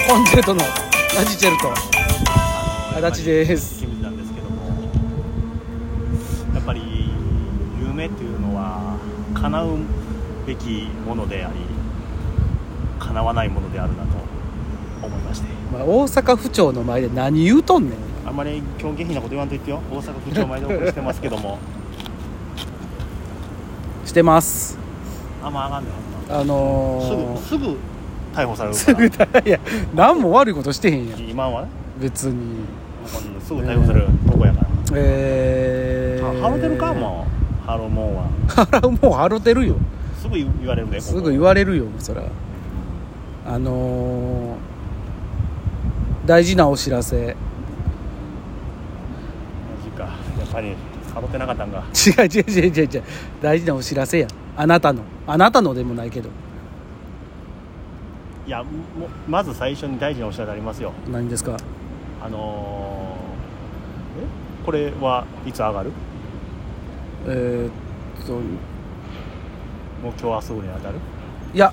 コンチェルトのラジチェルト足立です。 池水なんですけども、やっぱり夢っていうのは叶うべきものであり叶わないものであるなと思いまして、 大阪府庁の前で何言うとんねん。 あんまり今日下品なこと言わんと言ってよ。大阪府庁前でお送りしてますけどもしてます。 あんまあかんねん。すぐ逮捕されるからいや何も悪いことしてへんやん。 今はね別にすぐ逮捕されるとこやから、払うてるかもう払うもんは払うもん払うてるよ。 すぐ言われるね。 すぐ言われるよそら。大事なお知らせ。 マジか。やっぱり払ってなかったんか。 違う大事なお知らせや。あなたのでもないけど。 いやまず最初に大事なお知らせありますよ。 何ですか。 これはいつ上がる？もう今日はすぐに当たる？ いや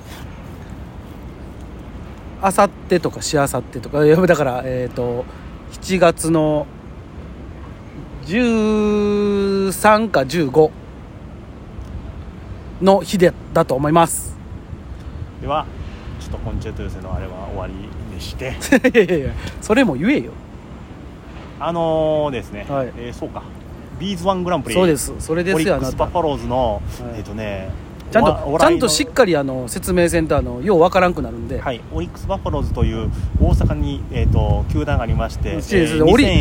あさってとかしあさってとか、だから7月の13か15の日だと思います。 ではちょっとコンチェルト寄せのあれは終わりでしていやそれも言えよ。 ですね、 はい、 そうかビーズワングランプリ、 そうです、それですよ。 オリックスバファローズの、 はい、 ちゃんとしっかり説明せんとようわからんくなるんで、 はい、オリックスバファローズという大阪に、球団がありまして、 違う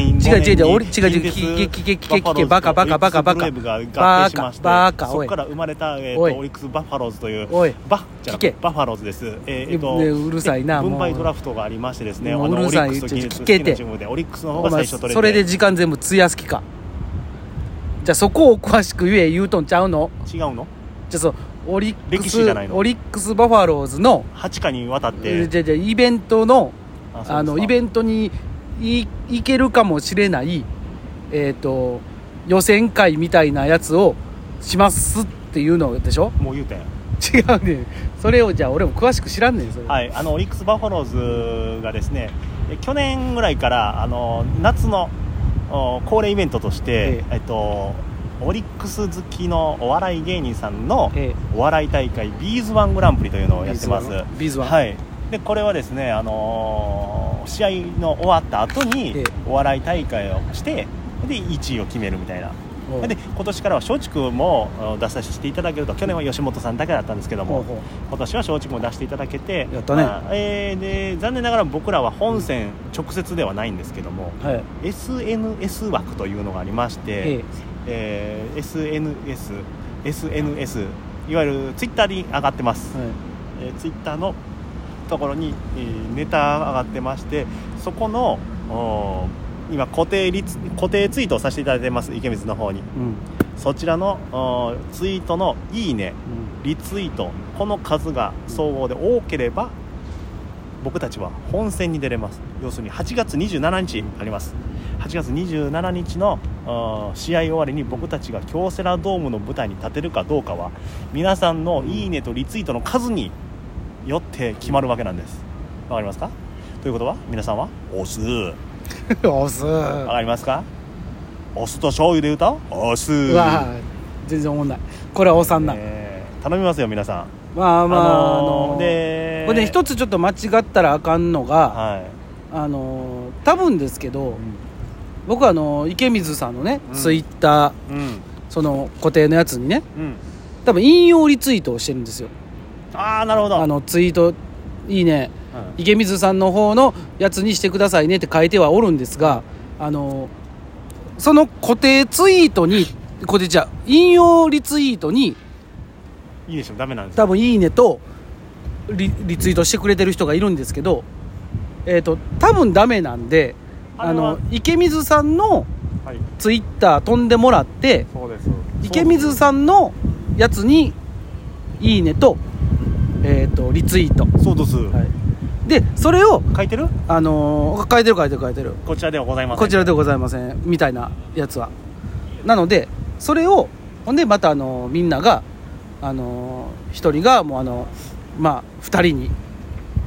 バカバカバカバカが合併しまして、 バカそこから生まれた、オリックスバファローズというバファローズです。 うるさいな。 分配ドラフトがありましてですね、 うるさい。 オリックスと好きなチームでオリックスの方が最初取れて、 それで時間全部費やす気か。じゃあそこを詳しく言うとんちゃうの？ 違うの？ じゃあオリッ歴史じゃないの？ オリックスバファローズの 8回にわたってじゃイベントのイベントに行けるかもしれない予選会みたいなやつをしますっていうのでしょ？ もう言うてん。 違うね。それをじゃあ俺も詳しく知らんねん。それはい、オリックスバファローズがですね、去年ぐらいから夏の恒例イベントとして、オリックス好きのお笑い芸人さんのお笑い大会ビーズワングランプリというのをやってます。 ビーズワン、 はい。でこれはですね、試合の終わった後にお笑い大会をしてで1位を決めるみたいな。で今年からは松竹も出させていただけると。去年は吉本さんだけだったんですけども、今年は松竹も出していただけて、 やったね。 で残念ながら僕らは本戦直接ではないんですけども、 はい、 SNS 枠というのがありまして、SNS いわゆるツイッターに上がってます。はい、ツイッターのところに、ネタ上がってまして、そこの今固定ツイートをさせていただいてます。池水の方に、そちらのツイートのいいね、リツイート、この数が総合で多ければ僕たちは本戦に出れます。要するに8月27日あります。8月27日の試合終わりに僕たちが京セラドームの舞台に立てるかどうかは皆さんのいいねとリツイートの数によって決まるわけなんです。わかりますか？ということは皆さんは押す押す。 わかりますか？押すと醤油で言うと押す。 うわ全然思んない。これは押さんな、 頼みますよ皆さん。 でこれね、一つちょっと間違ったらあかんのが、はい、多分ですけど、僕は池水さんのね、ツイッター、その固定のやつにね、多分引用リツイートをしてるんですよ。 ああなるほど。 ツイートいいね、池水さんの方のやつにしてくださいねって書いてはおるんですが、その固定ツイートに引用リツイートにいいでしょ、ダメなんです多分いいねと リツイートしてくれてる人がいるんですけど、多分ダメなんで、池水さんのツイッター飛んでもらって、 そうです、 池水さんのやつにいいねと、リツイート。 そうです、はい、 でそれを書いてる、 書いてるこちらではございません、 こちらではございませんみたいなやつは。なのでそれをほんでまたみんなが1人がもう2人に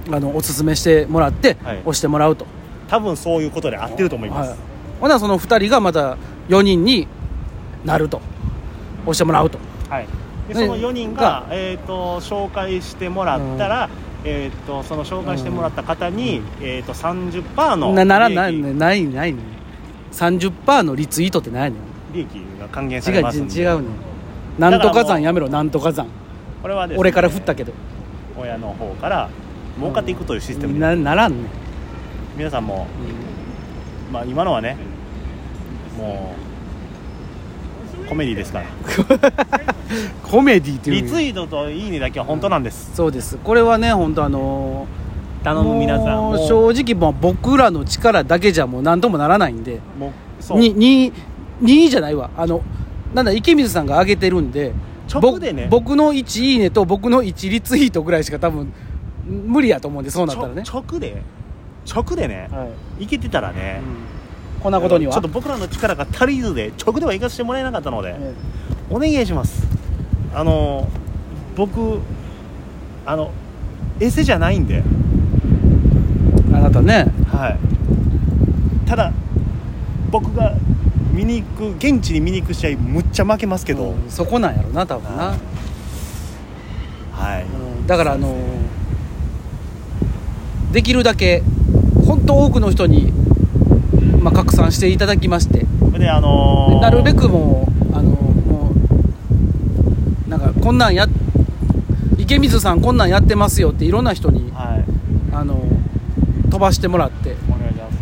おすすめしてもらって、押してもらうと。 多分そういうことで合ってると思います。 ほなその2人がまた4人になると、押してもらうと。 でその4人が、紹介してもらったら、その紹介してもらった方に、30% のない30% のリツイートって何やねん。 利益が還元されますんで。 違うねん。なんとか山やめろ。なんとか山。 これはですね、 俺から振ったけど親の方から儲かっていくというシステムで、 ならんねん。 皆さんも、今のはねもうコメディですからコメディっていうリツイートといいねだけは本当なんです、 そうです。これはね本当頼む皆さんも正直もう僕らの力だけじゃもう何ともならないんで、 もうそう 2位じゃないわ、なんだ池水さんが上げてるんで、 直でね、 僕の1いいねと僕の1リツイートぐらいしか多分無理やと思うんで、そうなったらね直でね、いけてたらね、 こんなことにはちょっと僕らの力が足りずで直では行かせてもらえなかったので、お願いします。僕エセじゃないんで、 あなたね、 ただ僕が現地に見に行く試合むっちゃ負けますけど、 そこなんやろな多分な。だからできるだけ本当多くの人に、拡散していただきまして、でなるべくもうなんかこんなん池水さんこんなんやってますよっていろんな人に、飛ばしてもらって、 お願いします。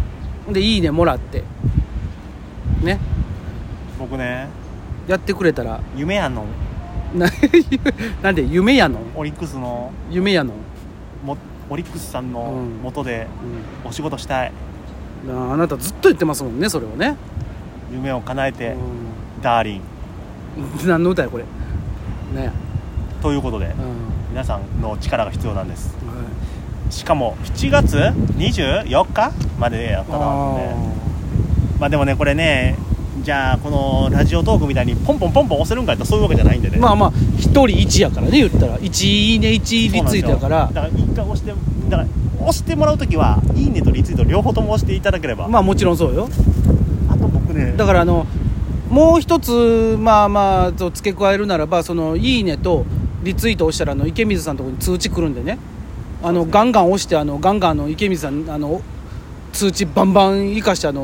でいいねもらってね、 僕ねやってくれたら夢やのなんで夢やの、 オリックスの夢やのオリックスさんの元でお仕事したい、 あなたずっと言ってますもんねそれをね。 夢を叶えて、ダーリン何の歌やこれね。 ということで、皆さんの力が必要なんです、しかも7月24日までやったので、でもねこれね、じゃあこのラジオトークみたいにポンポン押せるんかってそういうわけじゃないんでね、 1人1やからね、言ったら1いいね1リツイートやから、 だから1回押してもらうときはいいねとリツイート両方とも押していただければ、 もちろんそうよ。 あと僕ね、だからもう一つ付け加えるならば、そのいいねとリツイート押したら池水さんのところに通知来るんでね、ガンガン押してガンガン池水さん通知バンバン生かして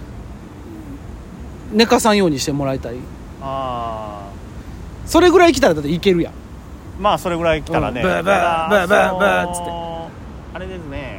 寝かさんようにしてもらいたい。それぐらい来たらだっていけるやん。 それぐらい来たらね、 ブーブーブーブーブーっつって、 あれですね、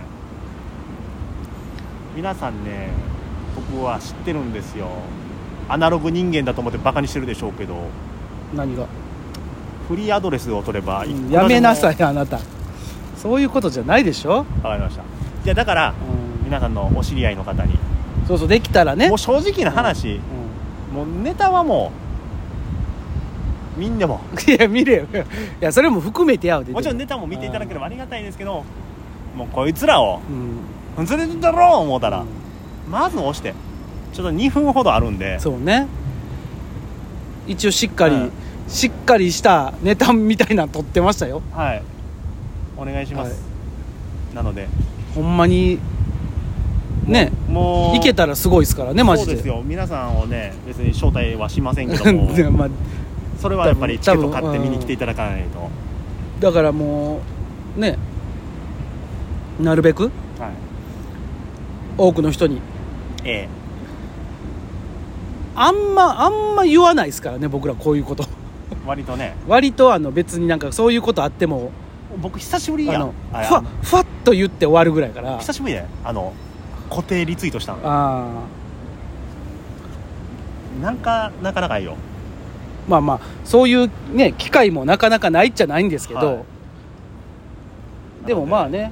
皆さんね僕は知ってるんですよ。アナログ人間だと思ってバカにしてるでしょうけど、 何がフリーアドレスを取れば、 やめなさいあなた、そういうことじゃないでしょ。 わかりました。じゃあだから、皆さんのお知り合いの方にそうできたらね、 もう正直な話、もうネタはもう見んでもいや見れよ、いやそれも含めてやもちろんネタも見ていただければありがたいんですけど、もうこいつらを連れてだろう思ったら、まず押してちょっと2分ほどあるんで、 そうね、一応しっかりしたネタみたいなの撮ってましたよ。 お願いします、なのでほんまにね、もういけたらすごいですからね、マジで。 そうですよ。皆さんをね別に招待はしませんけどもそれはやっぱりチケット買って見に来ていただかないと。 だからもうね、なるべく、多くの人に、あんま言わないですからね僕らこういうこと割と別になんかそういうことあっても、 僕久しぶりやん、 ふわっと言って終わるぐらいから。 久しぶりで固定リツイートしたのなかなかいいよ。 そういうね機会もなかなかないっちゃないんですけど、でもね、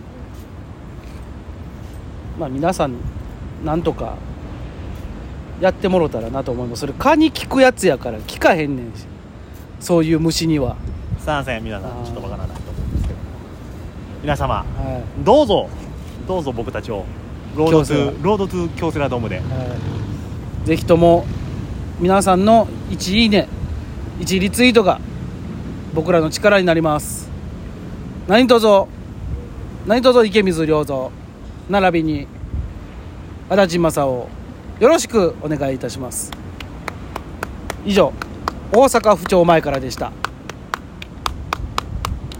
皆さんなんとかやってもろたらなと思います。それ蚊に効くやつやから効かへんねんし、そういう虫には。 すいません皆さん、ちょっとわからないと思うんですけど、皆様、どうぞ僕たちをロードトゥ京セラドームで、 ぜひとも皆さんの1いいね1リツイートが僕らの力になります。何卒何卒池水良三並びに足立正雄よろしくお願いいたします。以上大阪府庁前からでした。